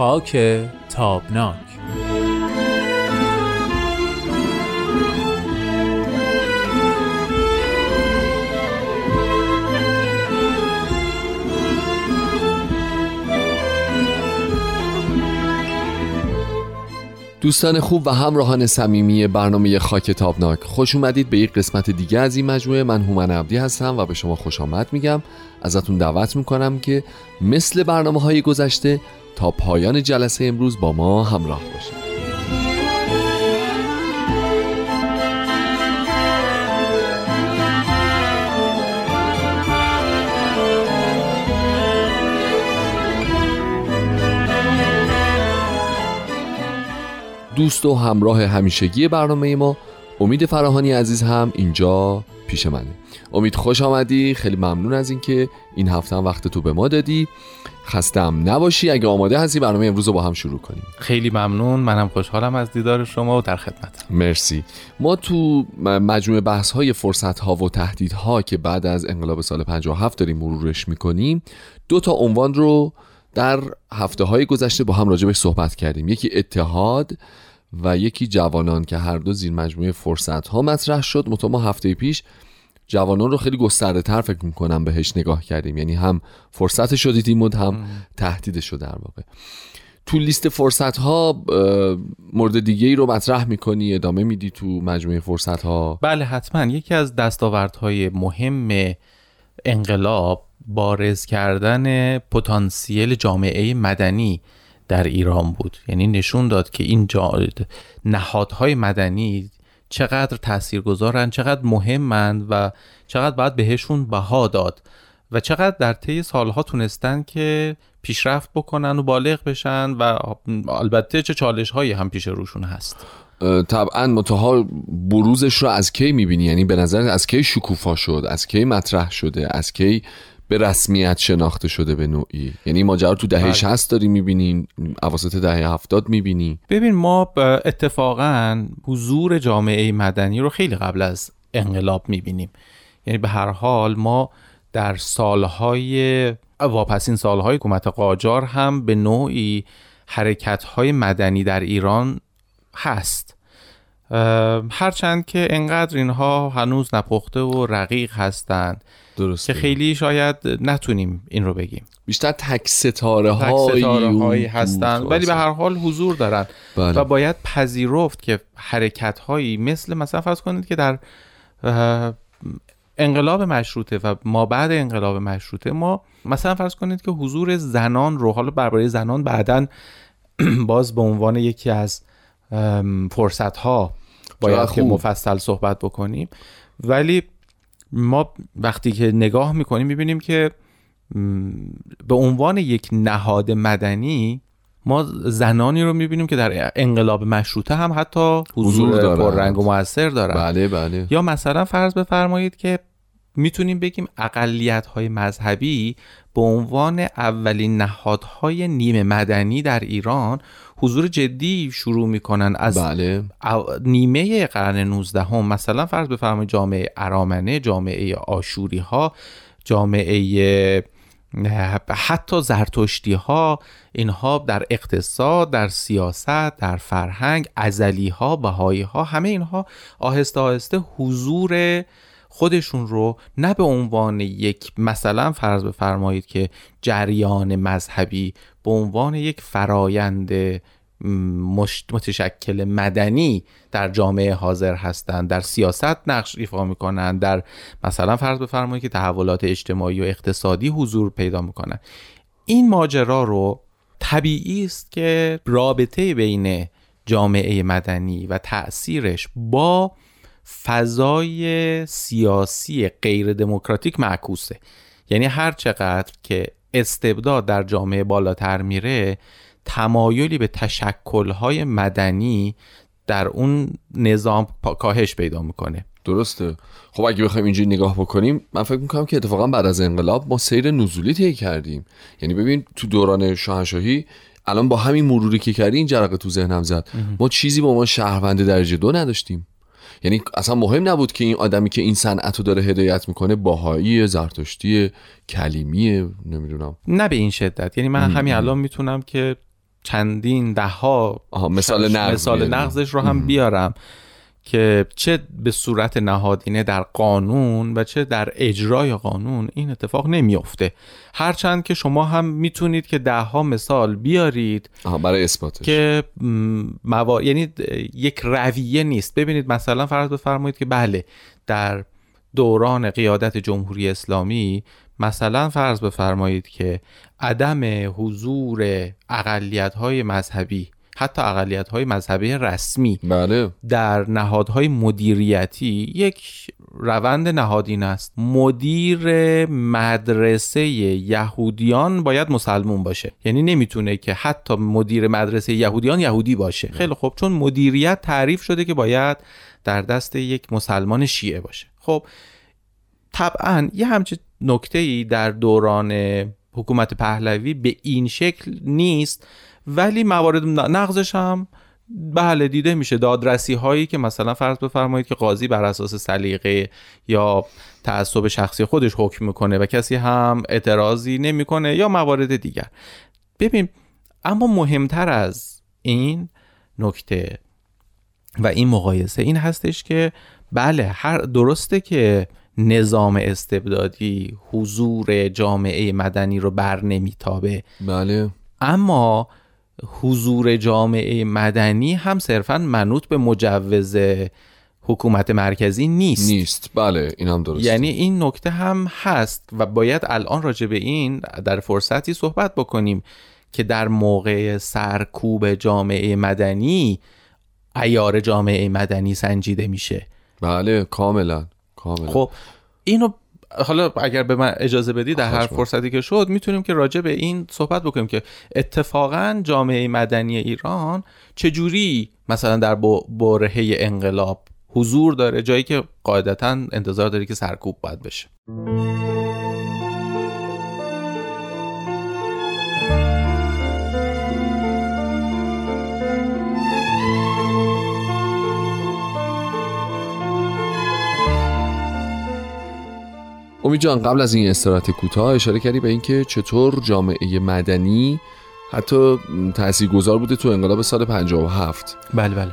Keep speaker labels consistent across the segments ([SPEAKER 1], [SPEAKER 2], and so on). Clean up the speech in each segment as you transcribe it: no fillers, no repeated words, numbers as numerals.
[SPEAKER 1] خاک تابناک.
[SPEAKER 2] دوستان خوب و همراهان صمیمی برنامه خاک تابناک، خوش اومدید به یک قسمت دیگه از این مجموعه. من هومن عبدی هستم و به شما خوش آمد میگم. ازتون دعوت میکنم که مثل برنامه‌های گذشته تا پایان جلسه امروز با ما همراه باشید. دوست و همراه همیشگی برنامه ما امید فراهانی عزیز هم اینجا پیش منه. امید خوش آمدی، خیلی ممنون از اینکه این هفته هم وقت تو به ما دادی. خستم نباشی، اگه آماده هستی برنامه امروز رو با هم شروع کنیم.
[SPEAKER 3] خیلی ممنون، منم خوشحالم از دیدار شما و در خدمتم.
[SPEAKER 2] مرسی. ما تو مجموعه بحث‌های فرصت‌ها و تهدیدها که بعد از انقلاب سال 57 داریم مرورش می‌کنیم، 2 تا عنوان رو در هفته‌های گذشته با هم راجبش صحبت کردیم. یکی اتحاد و یکی جوانان که هر دو زیر مجموعه فرصت‌ها مطرح شد. ما هفته پیش جوانان رو خیلی گسترده‌تر فکر می‌کنم بهش نگاه کردیم، یعنی هم فرصتش رو دیدیم و هم تهدیدش رو. در واقع تو لیست فرصت‌ها مورد دیگه‌ای رو مطرح می‌کنی، ادامه میدی تو مجموعه فرصت‌ها؟
[SPEAKER 3] بله حتما. یکی از دستاوردهای مهم انقلاب بارز کردن پتانسیل جامعه مدنی در ایران بود. یعنی نشون داد که این نهادهای مدنی چقدر تاثیرگذارن، چقدر مهمند و چقدر باید بهشون بها داد و چقدر در طی سالها تونستن که پیشرفت بکنن و بالغ بشن و البته چه چالش‌هایی هم پیش روشون هست.
[SPEAKER 2] طبعا متها بروزش رو از کی می‌بینی؟ یعنی به نظر از کی شکوفا شد، از کی مطرح شده، از کی به رسمیت شناخته شده به نوعی؟ یعنی ماجرا تو دهه 60 داری می‌بینی، اواسط دهه 70 می‌بینی؟
[SPEAKER 3] ببین، ما اتفاقاً حضور جامعه مدنی رو خیلی قبل از انقلاب می‌بینیم. یعنی به هر حال ما در سالهای واپسین سالهای حکومت قاجار هم به نوعی حرکت‌های مدنی در ایران هست، هرچند که انقدر اینها هنوز نپخته و رقیق هستند. درسته. که خیلی شاید نتونیم این رو بگیم.
[SPEAKER 2] بیشتر تک ستاره هایی
[SPEAKER 3] هستن ولی به هر حال حضور دارن. بله. و باید پذیرفت که حرکت هایی مثلا فرض کنید که در انقلاب مشروطه و ما بعد انقلاب مشروطه ما مثلا فرض کنید که حضور زنان رو، حالا درباره زنان بعداً باز به عنوان یکی از فرصت ها باید که مفصل صحبت بکنیم، ولی ما وقتی که نگاه میکنیم میبینیم که به عنوان یک نهاد مدنی ما زنانی رو میبینیم که در انقلاب مشروطه هم حتی حضور پررنگ و مؤثر دارن.
[SPEAKER 2] بله بله.
[SPEAKER 3] یا مثلا فرض بفرمایید که میتونیم بگیم اقلیت‌های مذهبی به عنوان اولین نهادهای نیمه مدنی در ایران حضور جدی شروع میکنن از
[SPEAKER 2] بله.
[SPEAKER 3] نیمه قرن 19 هم. مثلا فرض بفرمایید جامعه ارامنه، جامعه آشوری ها، جامعه حتی زرتشتی ها، اینها در اقتصاد، در سیاست، در فرهنگ، ازلی ها، بهایی ها، همه اینها آهسته آهسته حضور خودشون رو نه به عنوان یک مثلا فرض بفرمایید که جریان مذهبی، به عنوان یک فرایند متشکل مدنی در جامعه حاضر هستند، در سیاست نقش ایفا میکنن، در مثلا فرض بفرمایید که تحولات اجتماعی و اقتصادی حضور پیدا میکنن. این ماجرا رو طبیعی است که رابطه بین جامعه مدنی و تأثیرش با فضای سیاسی غیر دموکراتیک معکوسه. یعنی هر چقدر که استبداد در جامعه بالاتر میره، تمایلی به تشکل‌های مدنی در اون نظام کاهش پیدا میکنه.
[SPEAKER 2] درسته. خب اگه بخوایم اینجوری نگاه بکنیم، من فکر میکنم که اتفاقا بعد از انقلاب ما سیر نزولی طی کردیم. یعنی ببین تو دوران شاهنشاهی الان با همین مروری که کردی این جرقه تو ذهنم زد، ما چیزی به عنوان شهروند درجه 2 نداشتیم. یعنی اصلا مهم نبود که این آدمی که این صنعت رو داره هدایت میکنه باهایی، زرتشتی، کلیمی، نمیدونم.
[SPEAKER 3] نه به این شدت. یعنی من همین الان میتونم که چندین دهها
[SPEAKER 2] مثال
[SPEAKER 3] نقضش رو هم بیارم که چه به صورت نهادینه در قانون و چه در اجرای قانون این اتفاق نمیفته، هرچند که شما هم میتونید که دهها مثال بیارید
[SPEAKER 2] برای اثباتش
[SPEAKER 3] که یعنی یک رویه نیست. ببینید مثلا فرض بفرمایید که بله در دوران قیادت جمهوری اسلامی مثلا فرض بفرمایید که عدم حضور اقلیت‌های مذهبی، حتی اقلیت‌های مذهبی رسمی
[SPEAKER 2] بله
[SPEAKER 3] در نهادهای مدیریتی یک روند نهادینه است. مدیر مدرسه یهودیان باید مسلمون باشه، یعنی نمیتونه که حتی مدیر مدرسه یهودیان یهودی باشه. خیلی خب، چون مدیریت تعریف شده که باید در دست یک مسلمان شیعه باشه. خب طبعا یه همچین نکته‌ای در دوران حکومت پهلوی به این شکل نیست، ولی موارد نقضش هم بله دیده میشه. دادرسی هایی که مثلا فرض بفرمایید که قاضی بر اساس سلیقه یا تعصب شخصی خودش حکم میکنه و کسی هم اعتراضی نمیکنه یا موارد دیگر. ببین، اما مهمتر از این نکته و این مقایسه این هستش که بله درسته که نظام استبدادی حضور جامعه مدنی رو بر نمیتابه،
[SPEAKER 2] بله،
[SPEAKER 3] اما حضور جامعه مدنی هم صرفاً منوط به مجوز حکومت مرکزی نیست.
[SPEAKER 2] بله، این هم درسته.
[SPEAKER 3] یعنی این نکته هم هست و باید الان راجع به این در فرصتی صحبت بکنیم که در موقع سرکوب جامعه مدنی عیار جامعه مدنی سنجیده میشه.
[SPEAKER 2] بله، کاملا.
[SPEAKER 3] خب اینو حالا اگر به من اجازه بدی در هر فرصتی که شد میتونیم که راجع به این صحبت بکنیم که اتفاقا جامعه مدنی ایران چجوری مثلا در برهه انقلاب حضور داره، جایی که قاعدتاً انتظار داره که سرکوب باید بشه.
[SPEAKER 2] امید جان، قبل از این استراحت کوتاه اشاره کردی به اینکه چطور جامعه مدنی حتی تاثیرگذار بوده تو انقلاب سال 57.
[SPEAKER 3] بله.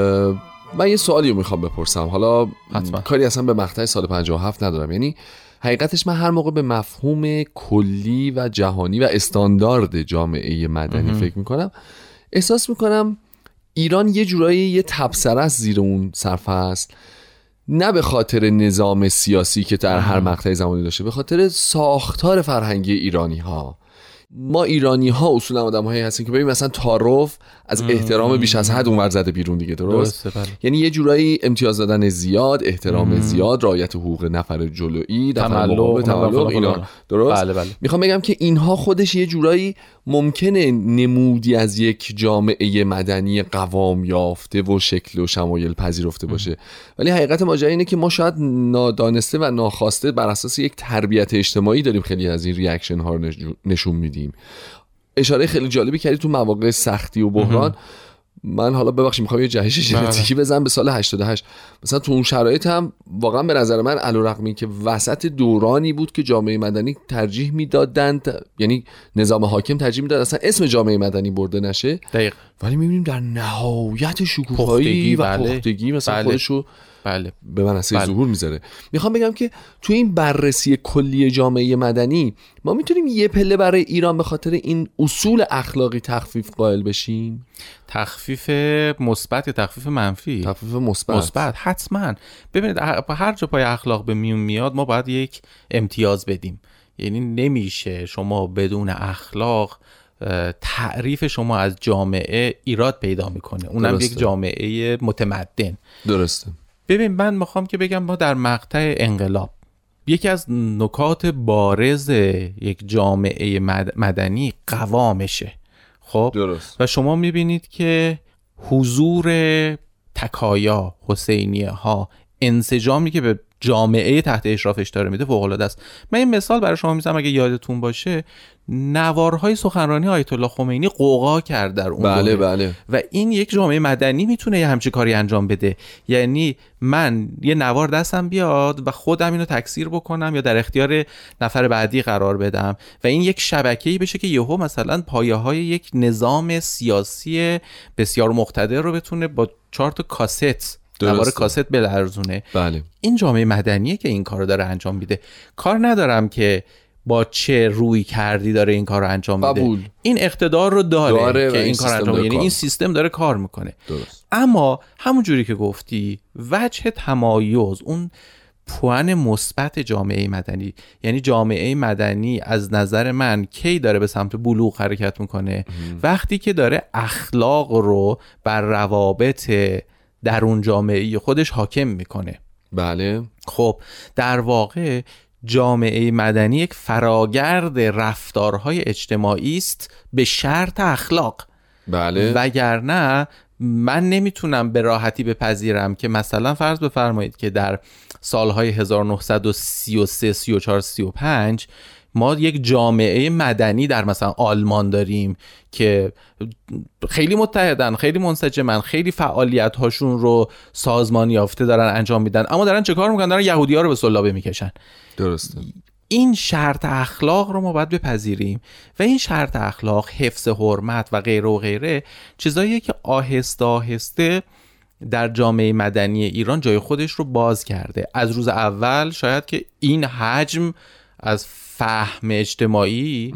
[SPEAKER 2] من یه سوالی رو میخوام بپرسم، حالا
[SPEAKER 3] حتما.
[SPEAKER 2] کاری اصلا به مقطع سال 57 ندارم. یعنی حقیقتش من هر موقع به مفهوم کلی و جهانی و استاندارد جامعه مدنی فکر میکنم، احساس میکنم ایران یه جورایی یه تبصره است زیر اون سرفصل، نه به خاطر نظام سیاسی که در هر مقطع زمانی داشته، به خاطر ساختار فرهنگی ایرانی ها. ما ایرانی ها اصولا آدم هایی هستیم که ببین مثلا تعارف از احترام بیش از حد اونور زده بیرون دیگه. درست؟ یعنی یه جورایی امتیاز دادن زیاد، احترام زیاد، رعایت حقوق نفر جلویی، تملق اینا. درست؟
[SPEAKER 3] بله.
[SPEAKER 2] میخوام بگم که اینها خودش یه جورایی ممکنه نمودی از یک جامعه مدنی قوام یافته و شکل و شمایل پذیرفته باشه، ولی حقیقت ماجرا اینه که ما شاید نادانسته و ناخواسته بر اساس یک تربیت اجتماعی داریم خیلی از این ریاکشن ها رو نشون میدیم. اشاره خیلی جالبی کردی تو مواقع سختی و بحران. من حالا ببخشید میخوام یه جهش ژنتیکی بزنم به سال 88. مثلا تو اون شرایط هم واقعا به نظر من علیرغم اینکه وسط دورانی بود که جامعه مدنی ترجیح میدادند، یعنی نظام حاکم ترجیح میداد اصلا اسم جامعه مدنی برده نشه،
[SPEAKER 3] دقیق،
[SPEAKER 2] ولی میبینیم در نهایت شکوفایی و پختگی مثلا خودشو به منصه ظهور میذاره. میخوام بگم که تو این بررسی کلی جامعه مدنی ما میتونیم یه پله برای ایران به خاطر این اصول اخلاقی تخفیف قائل بشیم.
[SPEAKER 3] تخفیف مثبت یا تخفیف منفی؟
[SPEAKER 2] تخفیف مثبت
[SPEAKER 3] حتما. ببینید هر جا پای اخلاق به میون میاد ما باید یک امتیاز بدیم. یعنی نمیشه شما بدون اخلاق تعریف شما از جامعه ایراد پیدا میکنه، اونم یک جامعه متمدن.
[SPEAKER 2] درسته.
[SPEAKER 3] ببین من میخوام که بگم ما در مقطع انقلاب یکی از نکات بارز یک جامعه مدنی قوامشه. خب
[SPEAKER 2] درست.
[SPEAKER 3] و شما میبینید که حضور تکایا، حسینیه ها، انسجامی که به جامعه تحت اشرافش داره میده فوق العاده است. من این مثال برای شما میزنم، اگه یادتون باشه نوارهای سخنرانی آیت الله خمینی قوقا کرد در اون
[SPEAKER 2] بله
[SPEAKER 3] دوره.
[SPEAKER 2] بله.
[SPEAKER 3] و این یک جامعه مدنی میتونه یه همچین کاری انجام بده. یعنی من یه نوار دستم بیاد و خودم اینو تکثیر بکنم یا در اختیار نفر بعدی قرار بدم و این یک شبکه‌ای بشه که یهو مثلا پایه‌های یک نظام سیاسی بسیار مقتدر رو بتونه با 4 تا کاست، نوار کاست بلرزونه.
[SPEAKER 2] بله.
[SPEAKER 3] این جامعه مدنیه که این کارو داره انجام میده. کار ندارم که با چه روی کردی داره این کار رو انجام میده.
[SPEAKER 2] قبول.
[SPEAKER 3] این اقتدار رو داره که این کار انجام میده. یعنی این سیستم داره کار میکنه.
[SPEAKER 2] درست.
[SPEAKER 3] اما همون جوری که گفتی وجه تمایز، اون پوان مثبت جامعه مدنی، یعنی جامعه مدنی از نظر من کی داره به سمت بلوغ حرکت میکنه؟ وقتی که داره اخلاق رو بر روابط در اون جامعه خودش حاکم میکنه.
[SPEAKER 2] بله.
[SPEAKER 3] خب در واقع جامعه مدنی یک فراگرد رفتارهای اجتماعی است به شرط اخلاق.
[SPEAKER 2] بله.
[SPEAKER 3] وگرنه من نمیتونم به راحتی بپذیرم که مثلا فرض بفرمایید که در سالهای 1933 34 35 ما یک جامعه مدنی در مثلا آلمان داریم که خیلی متحدن، خیلی منسجمن، خیلی فعالیت هاشون رو سازمان یافته دارن انجام میدن، اما دارن چه کار میکنن؟ دارن یهودی ها رو به سلابه میکشن.
[SPEAKER 2] درسته.
[SPEAKER 3] این شرط اخلاق رو ما باید بپذیریم و این شرط اخلاق، حفظ حرمت و غیره و غیره چیزاییه که آهسته آهسته در جامعه مدنی ایران جای خودش رو باز کرده. از روز اول شاید که این حجم از فهم اجتماعی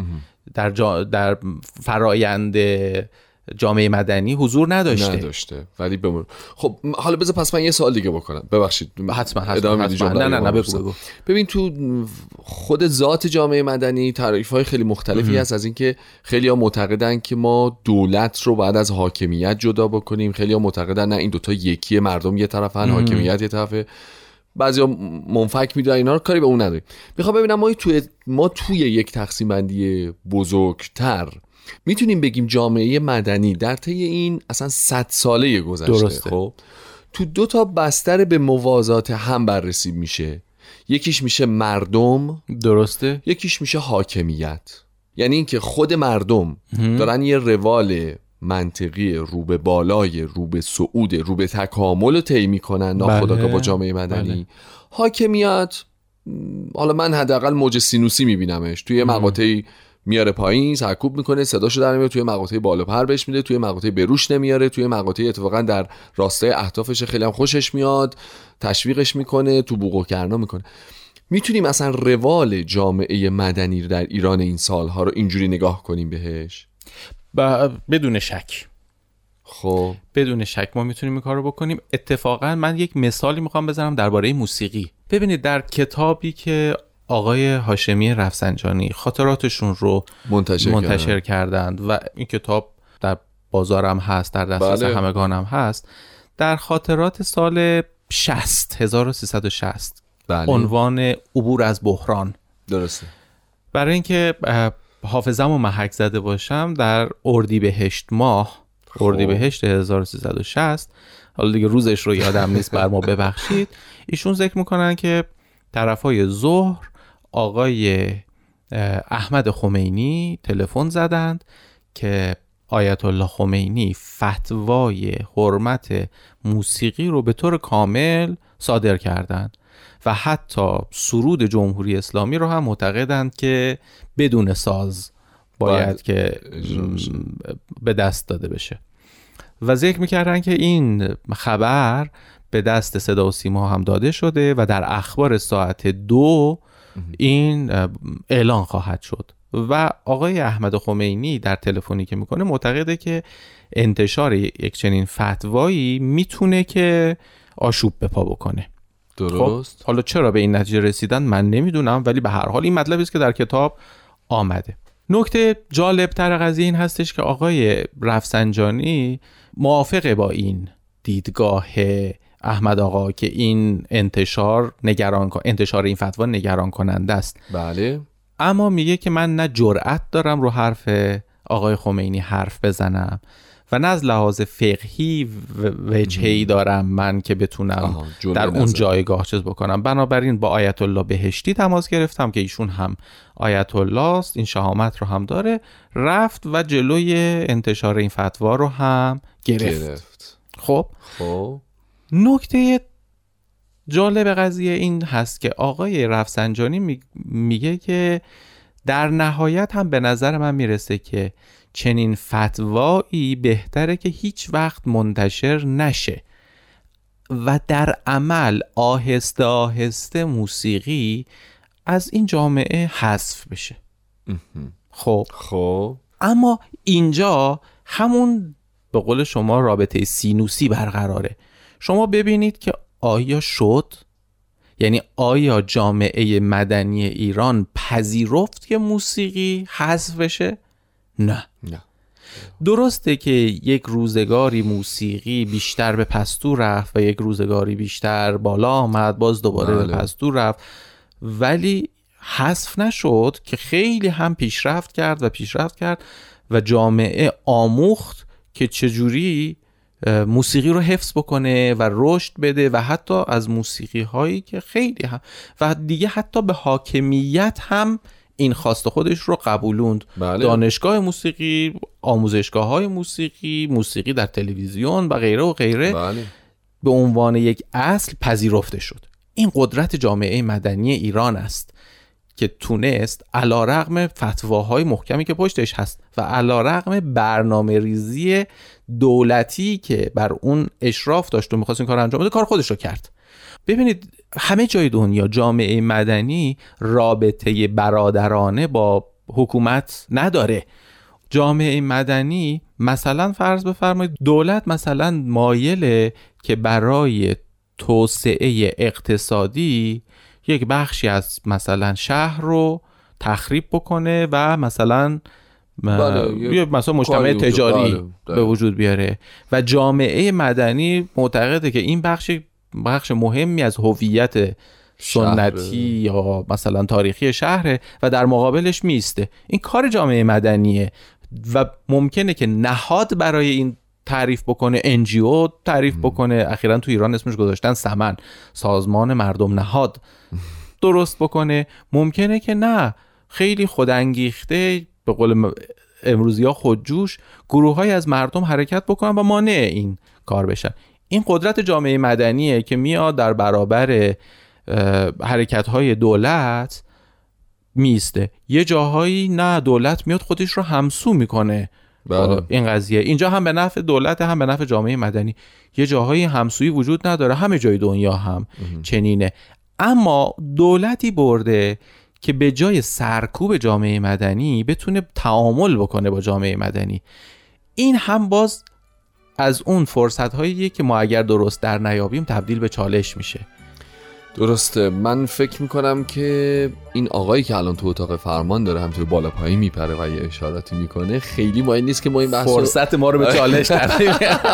[SPEAKER 3] در فرایند جامعه مدنی حضور نداشته.
[SPEAKER 2] ولی بمون. خب حالا بذار پس من یه سوال دیگه بکنم. ببخشید
[SPEAKER 3] حتما. نه بگو.
[SPEAKER 2] ببین تو خود ذات جامعه مدنی تعریف‌های خیلی مختلفی هست. از اینکه خیلی‌ها معتقدن که ما دولت رو باید از حاکمیت جدا بکنیم، خیلی‌ها معتقدن نه این دوتا یکیه، مردم یه طرفن، حاکمیت یه طرفه، بعضیا منفک میدونن، اینا رو کاری به اون نداریم. میخوام ببینم ما توی یک تقسیم بندی بزرگتر میتونیم بگیم جامعه مدنی در طی این اصلا 100 ساله گذشته خب تو 2 تا بستر به موازات هم بررسی میشه. یکیش میشه مردم،
[SPEAKER 3] درسته،
[SPEAKER 2] یکیش میشه حاکمیت. یعنی اینکه خود مردم دارن یه روال منطقی رو به بالای، رو به صعود، رو به تکامل رو طی میکنن ناخودآگاه با جامعه مدنی. بله. حاکمیت حالا من حداقل موج سینوسی میبینمش، توی مقاطعی میاره پایین، سرکوب میکنه، صداشو در میاره، توی مقاطع بالا پر بهش میده، توی مقاطع بروش نمیاره، توی مقاطع اتفاقا در راستای اهدافش خیلی هم خوشش میاد، تشویقش میکنه، تو بوق و کرنا میکنه. میتونیم اصلا روال جامعه مدنی در ایران این سالها رو اینجوری نگاه کنیم بهش؟
[SPEAKER 3] بدون شک.
[SPEAKER 2] خب
[SPEAKER 3] بدون شک ما میتونیم این کار رو بکنیم. اتفاقا من یک مثالی میخوام بزنم درباره موسیقی. ببینید در کتابی که آقای هاشمی رفسنجانی خاطراتشون رو منتشر کردند و این کتاب در بازارم هست، در دسترس همگانم هست، در خاطرات سال 1360 عنوان عبور از بحران.
[SPEAKER 2] درسته.
[SPEAKER 3] برای اینکه حافظه‌مو محک زده باشم، در اردیبهشت ماه، اردیبهشت 1360، حالا دیگه روزش رو یادم نیست، بر ما ببخشید، ایشون ذکر میکنن که طرفای ظهر آقای احمد خمینی تلفن زدند که آیت الله خمینی فتوای حرمت موسیقی رو به طور کامل صادر کردند و حتی سرود جمهوری اسلامی رو هم معتقدند که بدون ساز باید که به دست داده بشه و ذکر میکردن که این خبر به دست صدا و سیما هم داده شده و در اخبار ساعت 2 این اعلان خواهد شد. و آقای احمد خمینی در تلفنی که میکنه معتقده که انتشار یک چنین فتوایی میتونه که آشوب به پا بکنه.
[SPEAKER 2] درست.
[SPEAKER 3] حالا چرا به این نتیجه رسیدن من نمیدونم، ولی به هر حال این مطلبی است که در کتاب آمده. نکته جالب تر قضیه این هستش که آقای رفسنجانی موافقه با این دیدگاه احمد آقا که این انتشار این فتوا نگران کننده است.
[SPEAKER 2] بله.
[SPEAKER 3] اما میگه که من نه جرأت دارم رو حرف آقای خمینی حرف بزنم و نه از لحاظ فقهی وجهی دارم من که بتونم در اون جایگاه چیز بکنم. بنابراین با آیت الله بهشتی تماس گرفتم که ایشون هم آیت الله است، این شهامت رو هم داره، رفت و جلوی انتشار این فتوا رو هم گرفت. خب نکته جالب قضیه این هست که آقای رفسنجانی میگه که در نهایت هم به نظر من میرسه که چنین فتوایی بهتره که هیچ وقت منتشر نشه و در عمل آهسته آهسته موسیقی از این جامعه حذف بشه. خب اما اینجا همون به قول شما رابطه سینوسی برقراره. شما ببینید که آیا شد؟ یعنی آیا جامعه مدنی ایران پذیرفت که موسیقی حذف بشه؟ نه. درسته که یک روزگاری موسیقی بیشتر به پستو رفت و یک روزگاری بیشتر بالا آمد، باز دوباره به پستو رفت، ولی حذف نشد که خیلی هم پیشرفت کرد و جامعه آموخت که چجوری موسیقی رو حفظ بکنه و رشد بده و حتی از موسیقی هایی که خیلی هم و دیگه حتی به حاکمیت هم این خواست خودش رو قبولوند. دانشگاه موسیقی، آموزشگاه های موسیقی در تلویزیون و غیره و غیره به عنوان یک اصل پذیرفته شد. این قدرت جامعه مدنی ایران است که تونست علیرغم فتواهای محکمی که پشتش هست و علیرغم برنامه ریزی دولتی که بر اون اشراف داشت و می‌خواست این کار انجام بده، کار خودش رو کرد. ببینید همه جای دنیا جامعه مدنی رابطه برادرانه با حکومت نداره. جامعه مدنی مثلا فرض بفرمایید دولت مثلا مایله که برای توسعه اقتصادی یک بخشی از مثلا شهر رو تخریب بکنه و مثلا مثلا مجتمع تجاری به وجود بیاره و جامعه مدنی معتقده که این بخش مهمی از هویت سنتی یا مثلا تاریخی شهره و در مقابلش میسته. این کار جامعه مدنیه و ممکنه که نهاد برای این تعریف بکنه، NGO تعریف بکنه، اخیراً تو ایران اسمش گذاشتن سمن، سازمان مردم نهاد درست بکنه. ممکنه که نه، خیلی خودانگیخته به قول امروزی‌ها خودجوش گروه‌های از مردم حرکت بکنن و مانع این کار بشن. این قدرت جامعه مدنیه که میاد در برابر حرکت‌های دولت میسته. یه جاهایی نه، دولت میاد خودش رو همسو میکنه. این قضیه اینجا هم به نفع دولت هم به نفع جامعه مدنی. یه جاهایی همسویی وجود نداره، همه جای دنیا هم چنینه. اما دولتی برده که به جای سرکوب جامعه مدنی بتونه تعامل بکنه با جامعه مدنی. این هم باز از اون فرصت هاییه که ما اگر درست در نیابیم تبدیل به چالش میشه.
[SPEAKER 2] درسته. من فکر میکنم که این آقایی که الان تو اتاق فرمان داره همطور بالا پایین میپره و یه اشاراتی میکنه خیلی مهم نیست که ما این بحث
[SPEAKER 3] فرصت ما رو به چالش کردیم.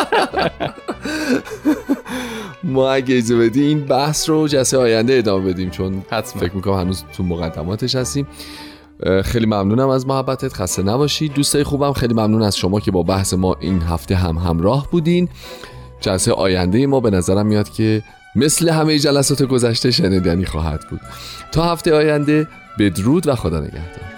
[SPEAKER 2] ما اگه اجازه بدی این بحث رو جلسه آینده ادامه بدیم، چون حتما فکر میکنم هنوز تو مقدماتش هستیم. خیلی ممنونم از محبتت، خسته نباشید. دوستای خوبم خیلی ممنون از شما که با بحث ما این هفته هم همراه بودین. جلسه آینده ما به نظرم میاد که مثل همه جلسات گذشته شنیدنی خواهد بود. تا هفته آینده بدرود و خدا نگهدار.